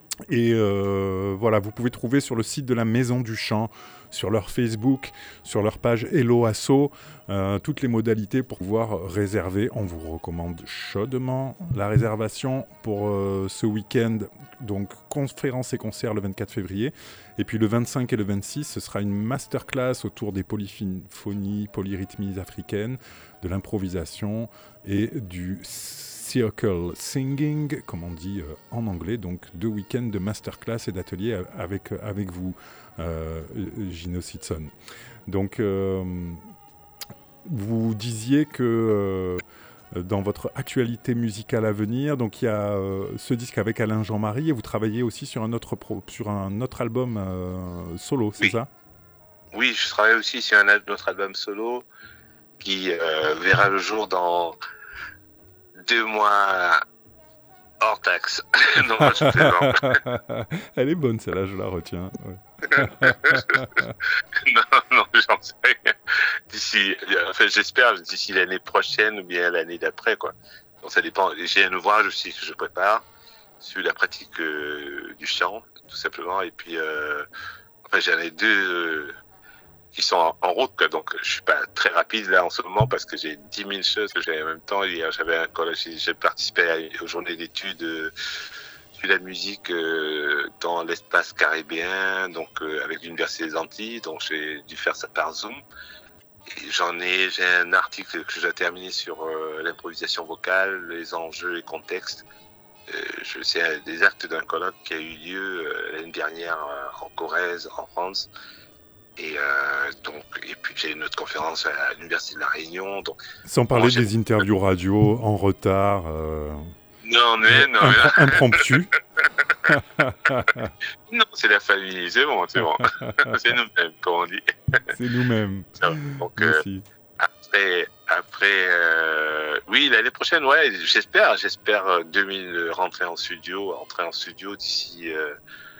Et euh, voilà, vous pouvez trouver sur le site de la Maison du Chant, sur leur Facebook, sur leur page Hello Asso, euh, toutes les modalités pour pouvoir réserver. On vous recommande chaudement la réservation pour euh, ce week-end, donc conférence et concert le vingt-quatre février. Et puis le vingt-cinq et le vingt-six, ce sera une masterclass autour des polyphonies, polyrythmies africaines, de l'improvisation et du circle singing, comme on dit euh, en anglais, donc deux week-ends de masterclass et d'ateliers avec, avec vous, euh, Gino Sitson. Donc, euh, vous disiez que euh, dans votre actualité musicale à venir, donc il y a euh, ce disque avec Alain Jean-Marie et vous travaillez aussi sur un autre, pro, sur un autre album euh, solo, c'est oui. ça ? Oui, je travaille aussi sur un autre album solo qui euh, verra le jour dans deux mois hors taxe. Non, je plaisante. Elle est bonne celle-là, je la retiens. Ouais. non, non, j'en sais rien. D'ici, enfin, j'espère d'ici l'année prochaine ou bien l'année d'après, quoi. Donc ça dépend. J'ai un ouvrage aussi que je prépare sur la pratique euh, du chant, tout simplement. Et puis, euh, enfin, j'en ai deux. Euh, qui sont en, en route, quoi. Donc je suis pas très rapide là en ce moment parce que j'ai dix mille choses que j'ai en même temps. Hier j'avais un collège, j'ai participé à, aux journées d'études euh, sur la musique euh, dans l'espace caribéen, donc euh, avec l'Université des Antilles, donc j'ai dû faire ça par Zoom. Et j'en ai, j'ai un article que j'ai terminé sur euh, l'improvisation vocale, les enjeux et contextes. Euh, je sais des actes d'un colloque qui a eu lieu euh, l'année dernière euh, en Corrèze, en France. Et euh, donc, et puis j'ai une autre conférence à l'Université de La Réunion. Donc, sans parler des interviews radio en retard. Euh... Non, mais non. Impr- impromptu. Non, c'est la famille, c'est bon, c'est bon. C'est nous-mêmes, comme on dit. C'est nous-mêmes. Donc, euh, après, après euh, Oui, l'année prochaine, ouais, j'espère, j'espère euh, deux mille rentrer en studio, entrer en studio d'ici euh,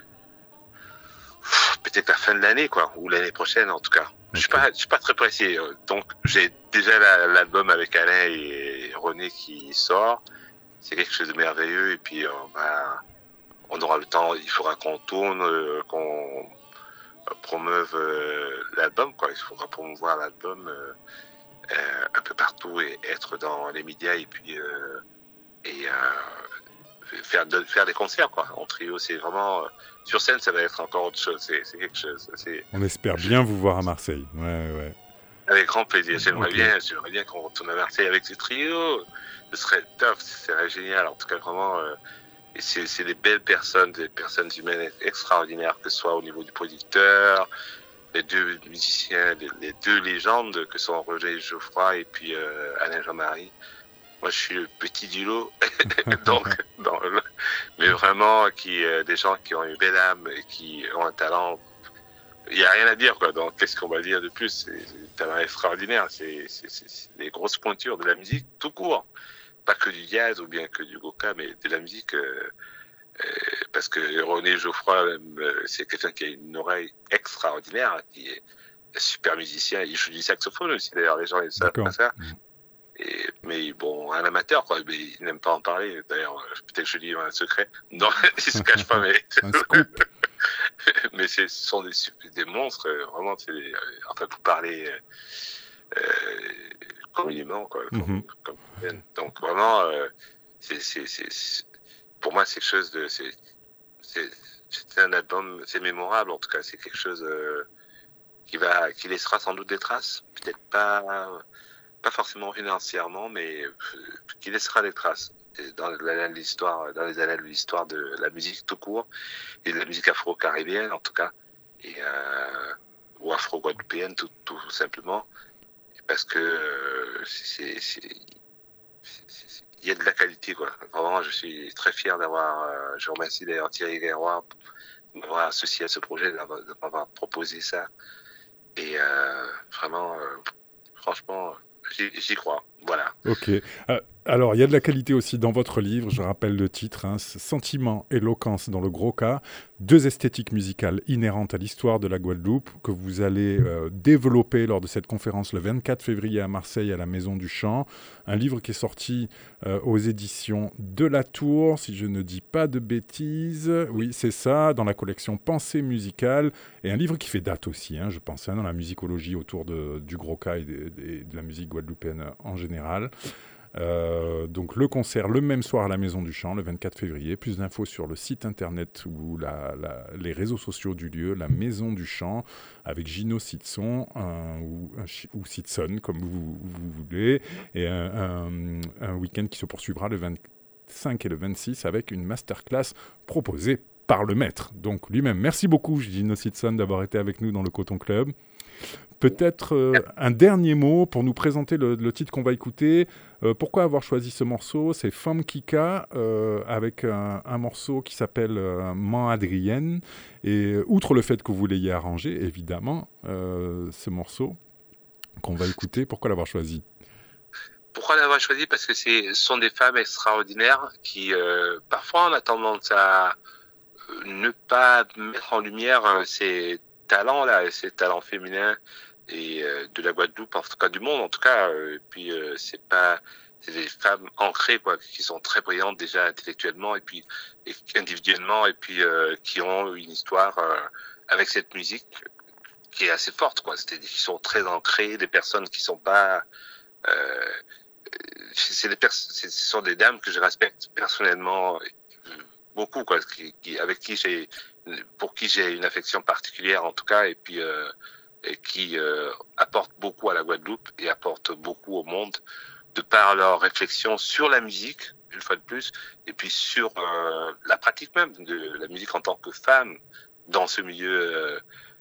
pff, peut-être la fin de l'année, quoi, ou l'année prochaine en tout cas. Je suis Ok. pas, je suis pas très pressé. euh, Donc j'ai déjà la- l'album avec Alain et René qui sort. C'est quelque chose de merveilleux et puis on va, on aura le temps. Il faudra qu'on tourne, euh, qu'on euh, promeuve euh, l'album, quoi. Il faudra promouvoir l'album. euh, euh, un peu partout et être dans les médias et puis euh, et euh, faire de, faire des concerts, quoi. En trio, c'est vraiment euh, sur scène, ça va être encore autre chose. C'est, c'est quelque chose. C'est On espère bien vous voir à Marseille. Ouais, ouais. avec grand plaisir. J'aimerais Ok. bien, j'aimerais bien qu'on retourne à Marseille avec ce trio. Ce serait top, ce serait génial. En tout cas, vraiment. Euh, et c'est, c'est des belles personnes, des personnes humaines extraordinaires, que ce soit au niveau du producteur, les deux musiciens, les, les deux légendes que sont Roger Geoffroy et puis euh, Alain Jean-Marie. Moi, je suis le petit du lot, donc, dans le- mais vraiment, qui, euh, des gens qui ont une belle âme et qui ont un talent. Il n'y a rien à dire, quoi. Donc, qu'est-ce qu'on va dire de plus? C'est, c'est un talent extraordinaire. C'est, c'est, c'est, c'est des grosses pointures de la musique tout court. Pas que du jazz ou bien que du goka, mais de la musique. Euh, euh, parce que René Geoffroy, euh, c'est quelqu'un qui a une oreille extraordinaire, qui est un super musicien. Il joue du saxophone aussi, d'ailleurs, les gens ils savent D'accord. pas ça. Et, mais bon, un amateur, quoi. Mais il n'aime pas en parler. D'ailleurs, euh, peut-être que je dis un secret. Non, il se cache pas, mais. Un scoop. mais c'est, ce sont des, sup- des monstres, euh, vraiment. C'est des, euh, enfin, pour parler euh, euh, communément, quoi. Comme, Mhm. comme- donc, vraiment, euh, c'est, c'est, c'est, c'est- pour moi, c'est quelque chose de. C'est, c'est, c'est un album, c'est mémorable, en tout cas. C'est quelque chose euh, qui, va, qui laissera sans doute des traces. Peut-être pas. Pas forcément financièrement, mais euh, qui laissera des traces et dans les annales de l'histoire, dans les annales de l'histoire de la musique tout court et de la musique afro-caribéenne en tout cas, et euh, ou afro-guadeloupéenne tout, tout simplement, parce que euh, c'est, c'est, c'est- c'est- il y a de la qualité, quoi. Vraiment, je suis très fier d'avoir. Euh, je remercie d'ailleurs Thierry Guerroy de m'avoir associé à ce projet, d'avoir- de m'avoir proposé ça, et euh, vraiment, euh, franchement. J'y, j'y crois, voilà. Ok. Euh, alors, il y a de la qualité aussi dans votre livre. Je rappelle le titre, hein, Sentiment, éloquence dans le gros cas. Deux esthétiques musicales inhérentes à l'histoire de la Guadeloupe que vous allez euh, développer lors de cette conférence le vingt-quatre février à Marseille à la Maison du Chant. Un livre qui est sorti euh, aux éditions de La Tour, si je ne dis pas de bêtises. Oui, c'est ça, dans la collection Pensée musicale. Et un livre qui fait date aussi, hein, je pense, hein, dans la musicologie autour de, du gros cas et de, de, de la musique guadeloupéenne en général. Euh, donc le concert le même soir à la Maison du Chant, le vingt-quatre février. Plus d'infos sur le site internet ou la, la, les réseaux sociaux du lieu, la Maison du Chant, avec Gino Sitson un, ou, un, ou Sitson, comme vous, vous voulez. Et un, un, un week-end qui se poursuivra le vingt-cinq et le vingt-six avec une masterclass proposée par le maître, donc lui-même. Merci beaucoup Gino Sitson d'avoir été avec nous dans le Coton Club. Peut-être euh, un dernier mot pour nous présenter le, le titre qu'on va écouter. Euh, pourquoi avoir choisi ce morceau? C'est Femme Kika euh, avec un, un morceau qui s'appelle euh, Man Adrienne. Et euh, outre le fait que vous l'ayez arrangé, évidemment, euh, ce morceau qu'on va écouter, pourquoi l'avoir choisi? Pourquoi l'avoir choisi? Parce que c'est, ce sont des femmes extraordinaires qui, euh, parfois, on a tendance à euh, ne pas mettre en lumière euh, ces talents-là, ces talents féminins et euh, de la Guadeloupe, en tout cas du monde, en tout cas. Euh, et puis, euh, c'est pas, c'est des femmes ancrées, quoi, qui sont très brillantes déjà intellectuellement et puis et individuellement, et puis euh, qui ont une histoire euh, avec cette musique qui est assez forte, quoi. C'est-à-dire qui sont très ancrées, des personnes qui sont pas euh, c'est des pers- c'est, ce sont des dames que je respecte personnellement beaucoup, quoi, qui, qui, avec qui j'ai, pour qui j'ai une affection particulière en tout cas, et puis euh, et qui euh, apportent beaucoup à la Guadeloupe et apportent beaucoup au monde de par leur réflexion sur la musique, une fois de plus, et puis sur euh, la pratique même de la musique en tant que femme dans ce milieu. Euh,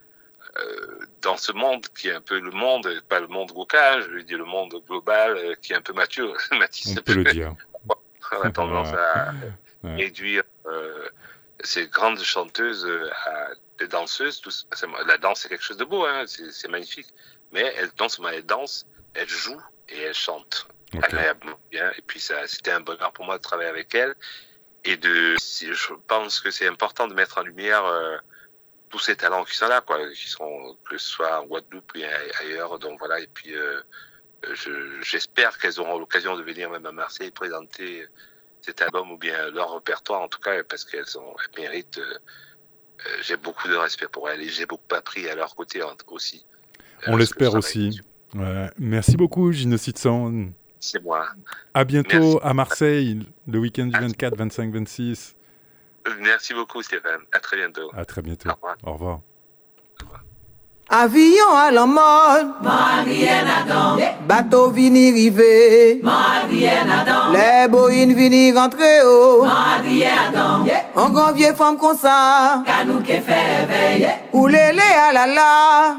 Euh, dans ce monde qui est un peu le monde, pas le monde goka, je veux dire le monde global euh, qui est un peu mature. On peut le dire. On a tendance à ouais. réduire euh, ces grandes chanteuses à des danseuses. Tout, la danse, c'est quelque chose de beau, hein, c'est, c'est magnifique. Mais elles dansent, mais elles dansent, elles jouent et elles chantent. Ok. agréablement bien. Et puis ça, c'était un bonheur pour moi de travailler avec elle. Et de, si- je pense que c'est important de mettre en lumière euh, tous ces talents qui sont là, quoi, qui sont que ce soit en Guadeloupe et ailleurs. Donc voilà. Et puis euh, je, j'espère qu'elles auront l'occasion de venir même à Marseille présenter cet album ou bien leur répertoire en tout cas, parce qu'elles ont, elles méritent. Euh, euh, j'ai beaucoup de respect pour elles et j'ai beaucoup appris à leur côté en- aussi. Euh, On parce que l'espère je travaille aussi. dessus. Ouais. Merci beaucoup, Gino Sitson. C'est moi. À bientôt Merci. à Marseille, le week-end du vingt-quatre, vingt-cinq, vingt-six. Merci beaucoup Stéphane. À très bientôt. À très bientôt. Au revoir. Au revoir. Avion à la mode, bateau vini rivé, les boïnes vini rentrer haut, en grand vieux femme comme ça, oulélé à la la,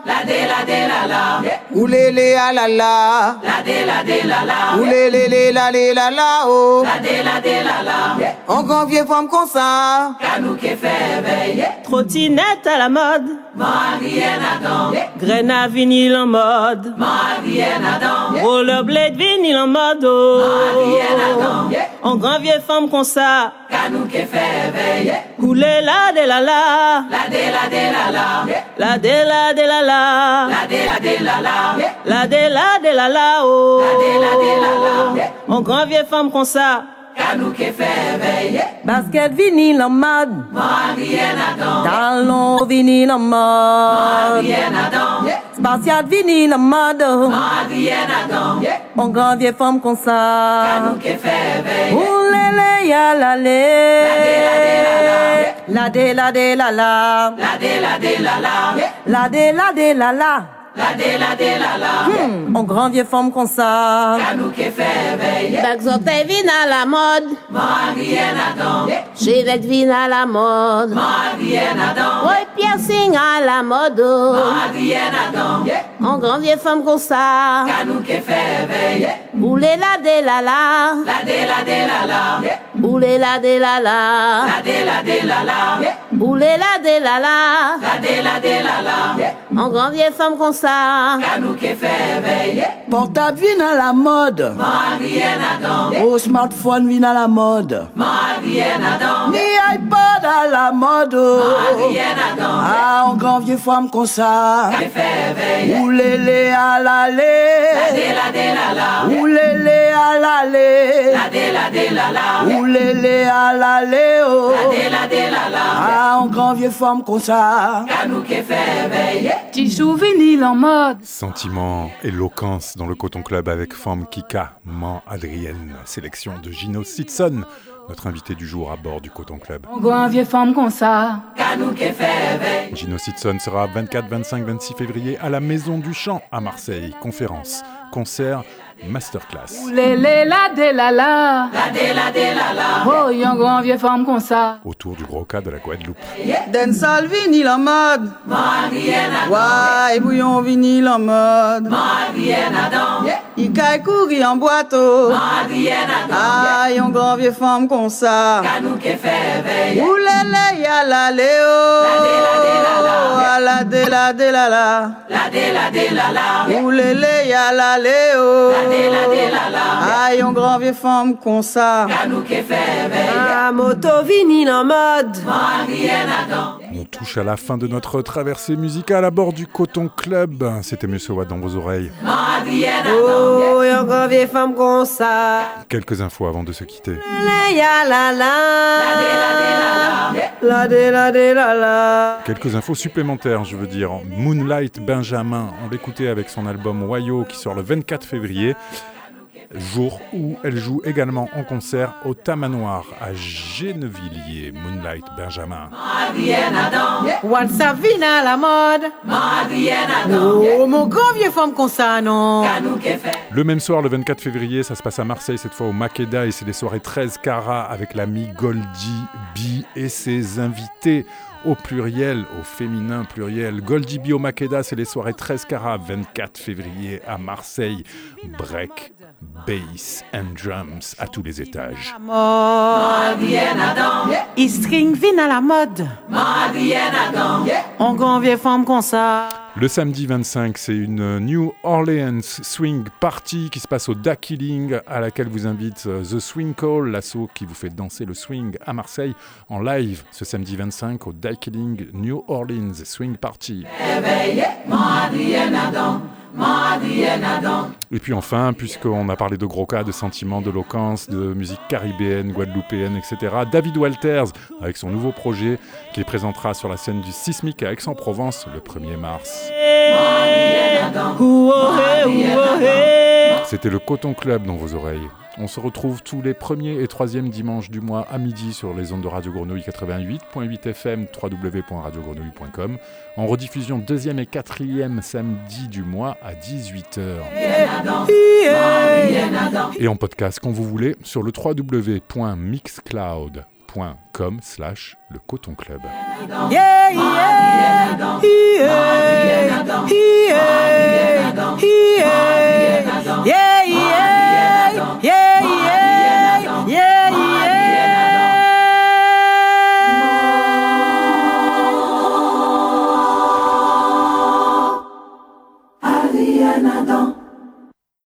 oulélé à la la, oulélé la la la la oh, en grand vieux femme comme ça, Trottinette à la mode, graine à vinyle en mode, rollerblade vinyle en mode, oh. En grand vieille femme comme ça, coulé la de la la, la de la de la la, la de la de la la, la de la de la la, la de la de la la, oh. En grand vieille femme comme ça. basket vinyle en mode, talon vinyle en mode, spatial vinyle en mode, en grand vieille femme comme ça, oulélé ya la lé, la de la de la la, la de la de la la, la de la de la la. La de la de la la, hmm, en grand vieille femme comme ça. Baxoté vin à la mode, Chevette vin à la mode, ouais, piercing à la mode, en grand vieille femme comme ça. Oulé la de la la, la de la de la la, oulé la de la la, la de la de la la, oulé la de la la, la de la de la la, en grand vieille femme comme ça. Portable vient à la mode, au smartphone vient à la mode, ni iPod à la mode, ah, en grand vieux femme comme ça, oulélé à l'allée, oulélé à l'allée, oulélé à l'allée, oh, ah, en grand vieux femme comme ça, Tissou vinyle en mode. Sentiment, éloquence dans le Coton Club avec Femme Kika, Man Adrienne, sélection de Gino Sitson, notre invité du jour à bord du Coton Club. On voit un vieux femme comme ça. Gino Sitson sera vingt-quatre, vingt-cinq, vingt-six février à la Maison du Chant à Marseille. Conférence, concert, masterclass. Oulélé la de la la, la de la de la la. Oh, y'a un grand vieux femme comme ça. Autour du gros cas de la Guadeloupe. dancehall vinyle en mode, ouais, bouillon vinyle en mode, il caille courir en boîte, ah, y'a un grand vieux femme comme ça, oulélé ya la léo, la de la de la la, la de la de la la, oulélé ya la léo, ah, y'a un grand vieux femme comme ça, Ah, moto vinyle en mode, On touche à la fin de notre traversée musicale à bord du Coton Club. C'était Monsieur Watt dans vos oreilles. oh, y'a un grand vieille femme comme ça. Quelques infos avant de se quitter. Ya la la, la de la de la la. Quelques infos supplémentaires, je veux dire. Moonlight Benjamin, on l'écoutait avec son album Wayo qui sort le vingt-quatre février. Jour où elle joue également en concert au Tamanoir à Gennevilliers. Moonlight Benjamin. WhatsApp vient à la mode, oh, mon grand vieux femme comme ça, non. Le même soir, le vingt-quatre février, ça se passe à Marseille, cette fois au Makeda, et c'est les soirées treize carats avec l'ami Goldie B et ses invités au pluriel, au féminin pluriel. Goldie B au Makeda, c'est les soirées treize carats, vingt-quatre février à Marseille. Break, bass and drums à tous les étages. E-string vient à la mode, en grand vieux femme comme ça. Le samedi vingt-cinq, c'est une New Orleans Swing Party qui se passe au Da Killing, à laquelle vous invite The Swing Call, l'asso qui vous fait danser le swing à Marseille en live ce samedi vingt-cinq au Da Killing New Orleans Swing Party. Et puis enfin, puisqu'on a parlé de gros cas, de sentiments, d'éloquence, de musique caribéenne, guadeloupéenne, et cetera, David Walters, avec son nouveau projet, qui présentera sur la scène du Sismic à Aix-en-Provence le premier mars. C'était le Coton Club dans vos oreilles. On se retrouve tous les premiers et troisièmes dimanches du mois à midi sur les ondes de Radio Grenouille quatre-vingt-huit virgule huit F M, w w w point radio grenouille point com, en rediffusion deuxième et quatrième samedi du mois à dix-huit heures. Et en podcast quand vous voulez sur le w w w point mixcloud point com slash le Coton Club. Yeah, yeah, yeah, yeah, yeah.